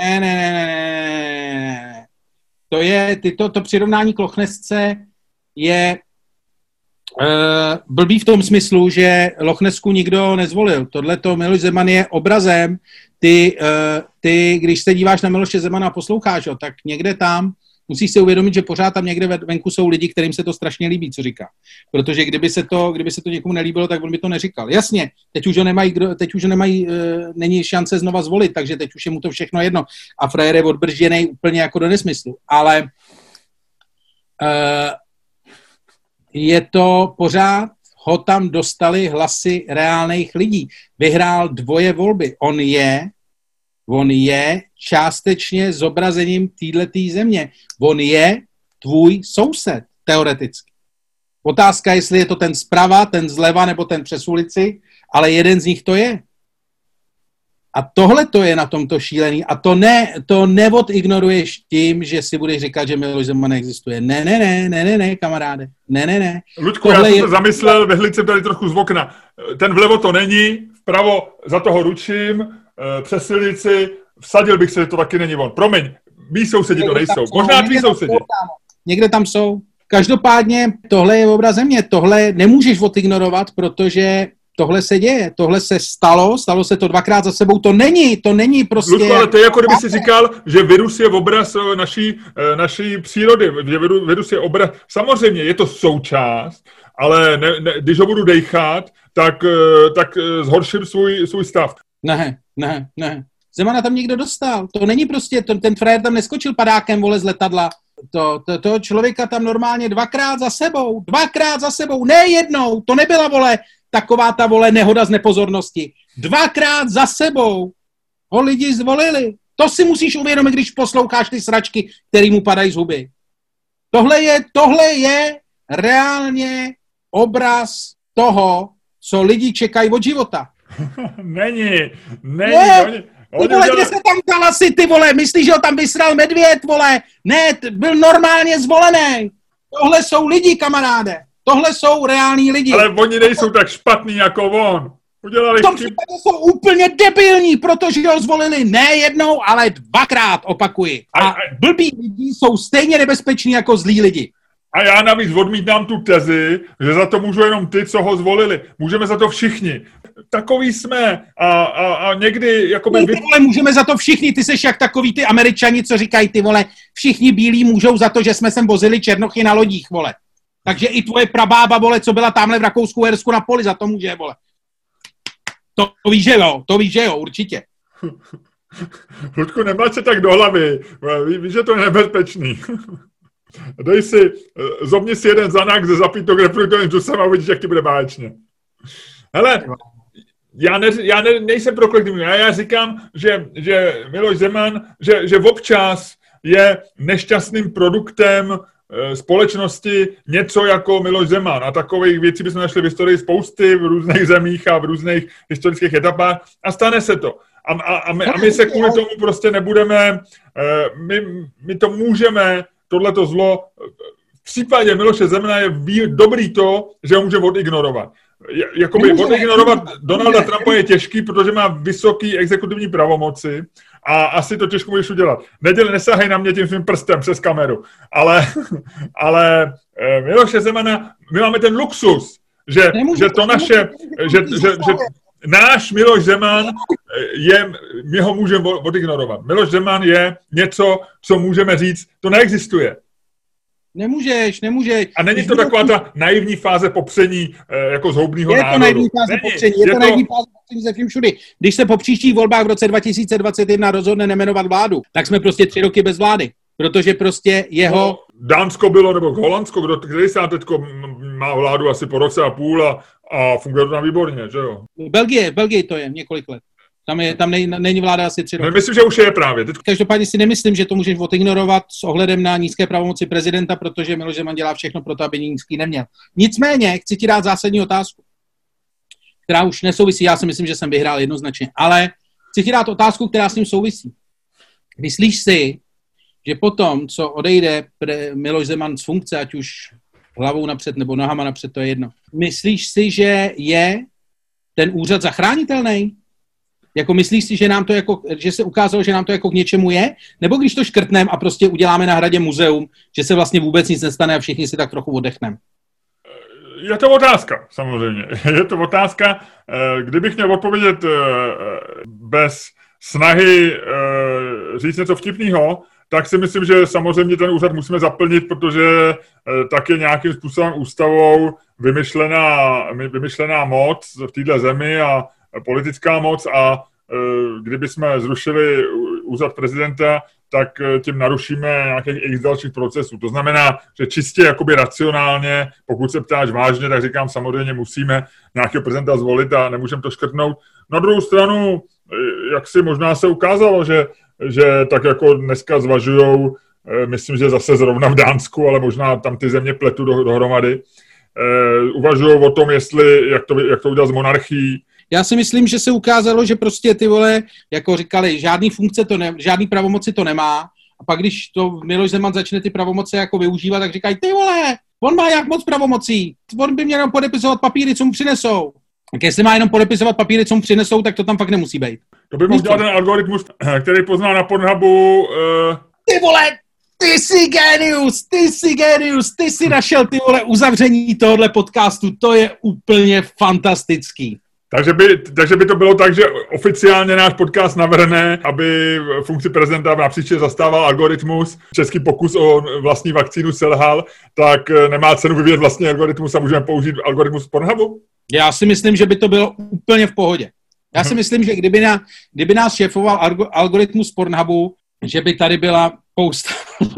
Ne. To přirovnání k Lochnesce je blbý v tom smyslu, že Lochnesku nikdo nezvolil. Tohleto Miloš Zeman je obrazem. Ty, když se díváš na Miloše Zemana a posloucháš ho, tak někde tam musíš si uvědomit, že pořád tam někde venku jsou lidi, kterým se to strašně líbí, co říká. Protože kdyby se to někomu nelíbilo, tak on by to neříkal. Jasně, teď už ho nemají, není šance znova zvolit, takže teď už je mu to všechno jedno. A frajer je odbržděnej úplně jako do nesmyslu. Ale je to pořád, ho tam dostali hlasy reálných lidí. Vyhrál 2 volby. On je částečně zobrazením této země. On je tvůj soused, teoreticky. Otázka, jestli je to ten zprava, ten zleva, nebo ten přes ulici, ale jeden z nich to je. A tohle to je na tomto šílený. A to neodignoruješ tím, že si budeš říkat, že Miloš Zeman neexistuje. Ne, kamaráde. Ne. Luďku, já jsem to zamyslel, vyhlíd jsem tady trochu z okna. Ten vlevo to není, vpravo za toho ručím, přes silnici, vsadil bych se, že to taky není on. Promiň, mý sousedi to nejsou. Možná tví sousedi. Někde tam jsou. Každopádně tohle je obraz země. Tohle nemůžeš odignorovat, protože tohle se děje, tohle se stalo se to 2krát za sebou, to není prostě... Ludku, ale to je jako kdyby si říkal, že virus je obraz naší přírody, že virus je obraz, samozřejmě je to součást, ale když ho budu dejchat, tak zhorším svůj stav. Ne. Zemana tam někdo dostal, to není prostě, ten frajer tam neskočil padákem, vole, z letadla. To člověka tam normálně 2krát za sebou, ne jednou, to nebyla, vole, taková ta, vole, nehoda z nepozornosti. 2krát za sebou ho lidi zvolili. To si musíš uvědomit, když posloucháš ty sračky, který mu padají z huby. Tohle je reálně obraz toho, co lidi čekají od života. Není. Ty vole, kde se tam dal asi, ty vole? Myslíš, že ho tam vysral medvěd, vole? Ne, byl normálně zvolený. Tohle jsou lidi, kamaráde. Tohle jsou reální lidi. Ale oni nejsou tak špatný jako on. V tom případě jsou úplně debilní, protože ho zvolili ne jednou, ale 2krát, opakuji. A blbí lidi jsou stejně nebezpeční jako zlí lidi. A já navíc odmítám tu tezi, že za to můžou jenom ty, co ho zvolili. Můžeme za to všichni. Takový jsme a někdy jakoby... Ty vole, můžeme za to všichni, ty seš jak takový ty Američani, co říkají, ty vole, všichni bílí můžou za to, že jsme sem vozili černochy na lodích, vole. Takže i tvoje prabába, vole, co byla tamhle v Rakousku-Uhersku na poli, za to může, vole. To víš, že jo, určitě. Ludku, nemá se tak do hlavy. Víš, že to je nebezpečný. Dej si, zobni si jeden zanak ze zapít to grapefruitovým džusem a uvidíš, jak ti bude báječně. Hele, já nejsem proklektivní. Já říkám, že Miloš Zeman, že občas je nešťastným produktem společnosti něco jako Miloš Zeman. A takových věcí bychom našli v historii spousty v různých zemích a v různých historických etapách a stane se to. A my se kvůli tomu prostě nebudeme, my to můžeme, tohleto zlo, v případě Miloše Zemana je dobrý to, že ho může odignorovat. Jakoby odignorovat Donalda Trumpa je těžký, protože má vysoký exekutivní pravomoci a asi to těžko můžeš udělat. Nesahej na mě tím svým prstem přes kameru. Ale Miloše Zemana, my máme ten luxus, že náš Miloš Zeman my ho můžeme odignorovat. Miloš Zeman je něco, co můžeme říct, to neexistuje. Nemůžeš. A není to taková ta naivní fáze popření jako zhoubnýho národu. Je to naivní fáze popření, naivní fáze popření ze vším všudy. Když se po příštích volbách v roce 2021 rozhodne nemenovat vládu, tak jsme prostě 3 roky bez vlády. Protože prostě jeho... Dánsko bylo, nebo Holandsko, který se teďko má vládu asi po roce a půl a funguje to tam výborně, že jo? Belgie to je několik let. Tam není vláda asi 3 roky. Myslím, že už je právě. Každopádně si nemyslím, že to můžeš odignorovat s ohledem na nízké pravomoci prezidenta, protože Miloš Zeman dělá všechno pro to, aby nízký neměl. Nicméně chci ti dát zásadní otázku, která už nesouvisí. Já si myslím, že jsem vyhrál jednoznačně, ale chci ti dát otázku, která s tím souvisí. Myslíš si, že potom, co odejde Miloš Zeman z funkce, ať už hlavou napřed nebo nohama napřed, to je jedno. Myslíš si, že je ten úřad zachránitelný? Jako myslíš si, že že se ukázalo, že nám to jako k něčemu je? Nebo když to škrtneme a prostě uděláme na Hradě muzeum, že se vlastně vůbec nic nestane a všichni si tak trochu oddechneme? Je to otázka, samozřejmě. Je to otázka. Kdybych měl odpovědět bez snahy říct něco vtipného, tak si myslím, že samozřejmě ten úřad musíme zaplnit, protože tak je nějakým způsobem ústavou vymyšlená moc v této zemi a politická moc a kdyby jsme zrušili úřad prezidenta, tak tím narušíme nějakých x dalších procesů. To znamená, že čistě jakoby racionálně, pokud se ptáš vážně, tak říkám, samozřejmě musíme nějakého prezidenta zvolit a nemůžeme to škrtnout. Na druhou stranu, jak si možná se ukázalo, že tak jako dneska zvažujou, myslím, že zase zrovna v Dánsku, ale možná tam ty země pletu dohromady, uvažují o tom, jak to udělat s monarchií. Já si myslím, že se ukázalo, že prostě ty vole, jako říkali, žádný pravomoci to nemá. A pak, když to Miloš Zeman začne ty pravomoci jako využívat, tak říkají, ty vole, on má jak moc pravomocí. On by měl jenom podepisovat papíry, co mu přinesou. Tak jestli má jenom podepisovat papíry, co mu přinesou, tak to tam fakt nemusí být. To by mohl dělat ten algoritmus, který pozná na Pornhubu. Ty vole, ty jsi genius, ty jsi našel ty vole uzavření tohohle podcastu, to je úplně fantastický. Takže by to bylo tak, že oficiálně náš podcast navrhne, aby funkci prezidenta napříště zastával algoritmus. Český pokus o vlastní vakcínu selhal, tak nemá cenu vyvíjet vlastní algoritmus a můžeme použít algoritmus z Pornhubu? Já si myslím, že by to bylo úplně v pohodě. Já si myslím, že kdyby nás šéfoval algoritmus z Pornhubu, že by tady byla spousta.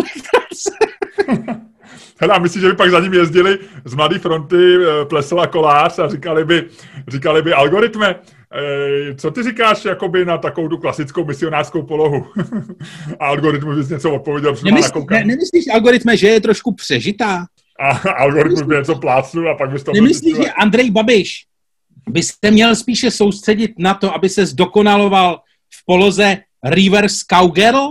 Hele, a myslíš, že by pak za ním jezdili z Mladé fronty Plesala Kolář a říkali by algoritme, co ty říkáš jakoby na takovou tu klasickou misionářskou polohu? A algoritmus bys něco odpověděl přímo na koukání. Nemyslíš algoritme, že je trošku přežitá? A algoritmus by něco plácnul a pak bys to... Nemyslíš, že Andrej Babiš by se měl spíše soustředit na to, aby se zdokonaloval v poloze reverse cowgirl?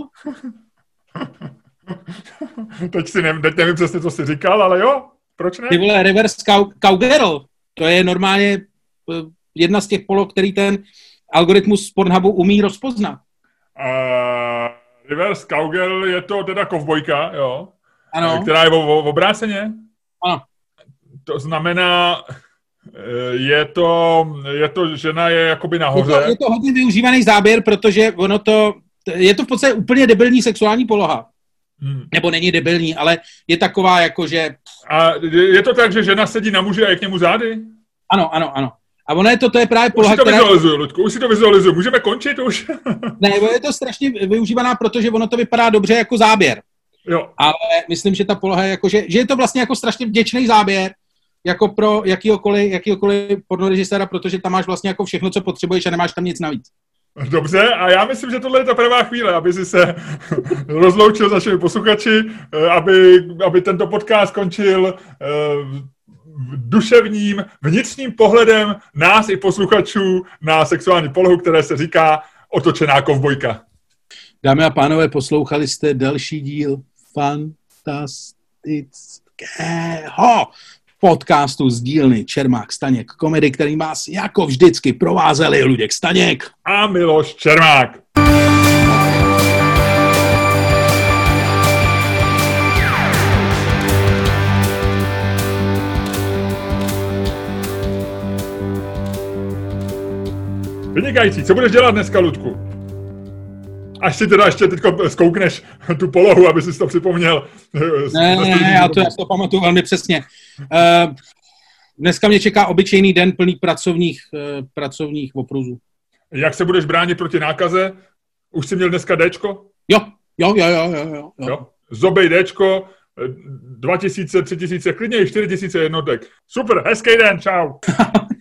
Teď nevím přesně, co jsi říkal, ale jo, proč ne? Ty vole, reverse cowgirl, to je normálně jedna z těch poloh, který ten algoritmus z Pornhubu umí rozpoznat. Reverse cowgirl je to teda kovbojka, jo? Ano. Která je v obráceně? Ano. To znamená, je to žena je jakoby nahoře. Je to hodně využívaný záběr, protože je to v podstatě úplně debilní sexuální poloha. Nebo není debilní, ale je taková jako, že... A je to tak, že žena sedí na muži a je k němu zády? Ano. A ono to je právě poloha, která... Už si to vizualizuju. Můžeme končit už? Ne, je to strašně využívaná, protože ono to vypadá dobře jako záběr. Jo. Ale myslím, že ta poloha je jako, že je to vlastně jako strašně vděčný záběr, jako pro jakýhokoliv pornorežiséra, protože tam máš vlastně jako všechno, co potřebuješ a nemáš tam nic navíc. Dobře, a já myslím, že tohle je ta pravá chvíle, aby si se rozloučil s našimi posluchači, aby tento podcast skončil duševním, vnitřním pohledem nás i posluchačů na sexuální polohu, které se říká otočená kovbojka. Dámy a pánové, poslouchali jste další díl fantastického podcastu z dílny Čermák Staněk Komedy, který vás jako vždycky provázeli Luděk Staněk a Miloš Čermák. Vynikající. Co budeš dělat dneska, Ludku? Až si teda ještě teďko zkoukneš tu polohu, aby si to připomněl. Ne, já to pamatuju velmi přesně. Dneska mě čeká obyčejný den plný pracovních opruzů. Jak se budeš bránit proti nákaze? Už jsi měl dneska Dčko? Jo. Zobej Dčko, 2000, 3000, klidně i 4000 jednotek. Super, hezký den, čau.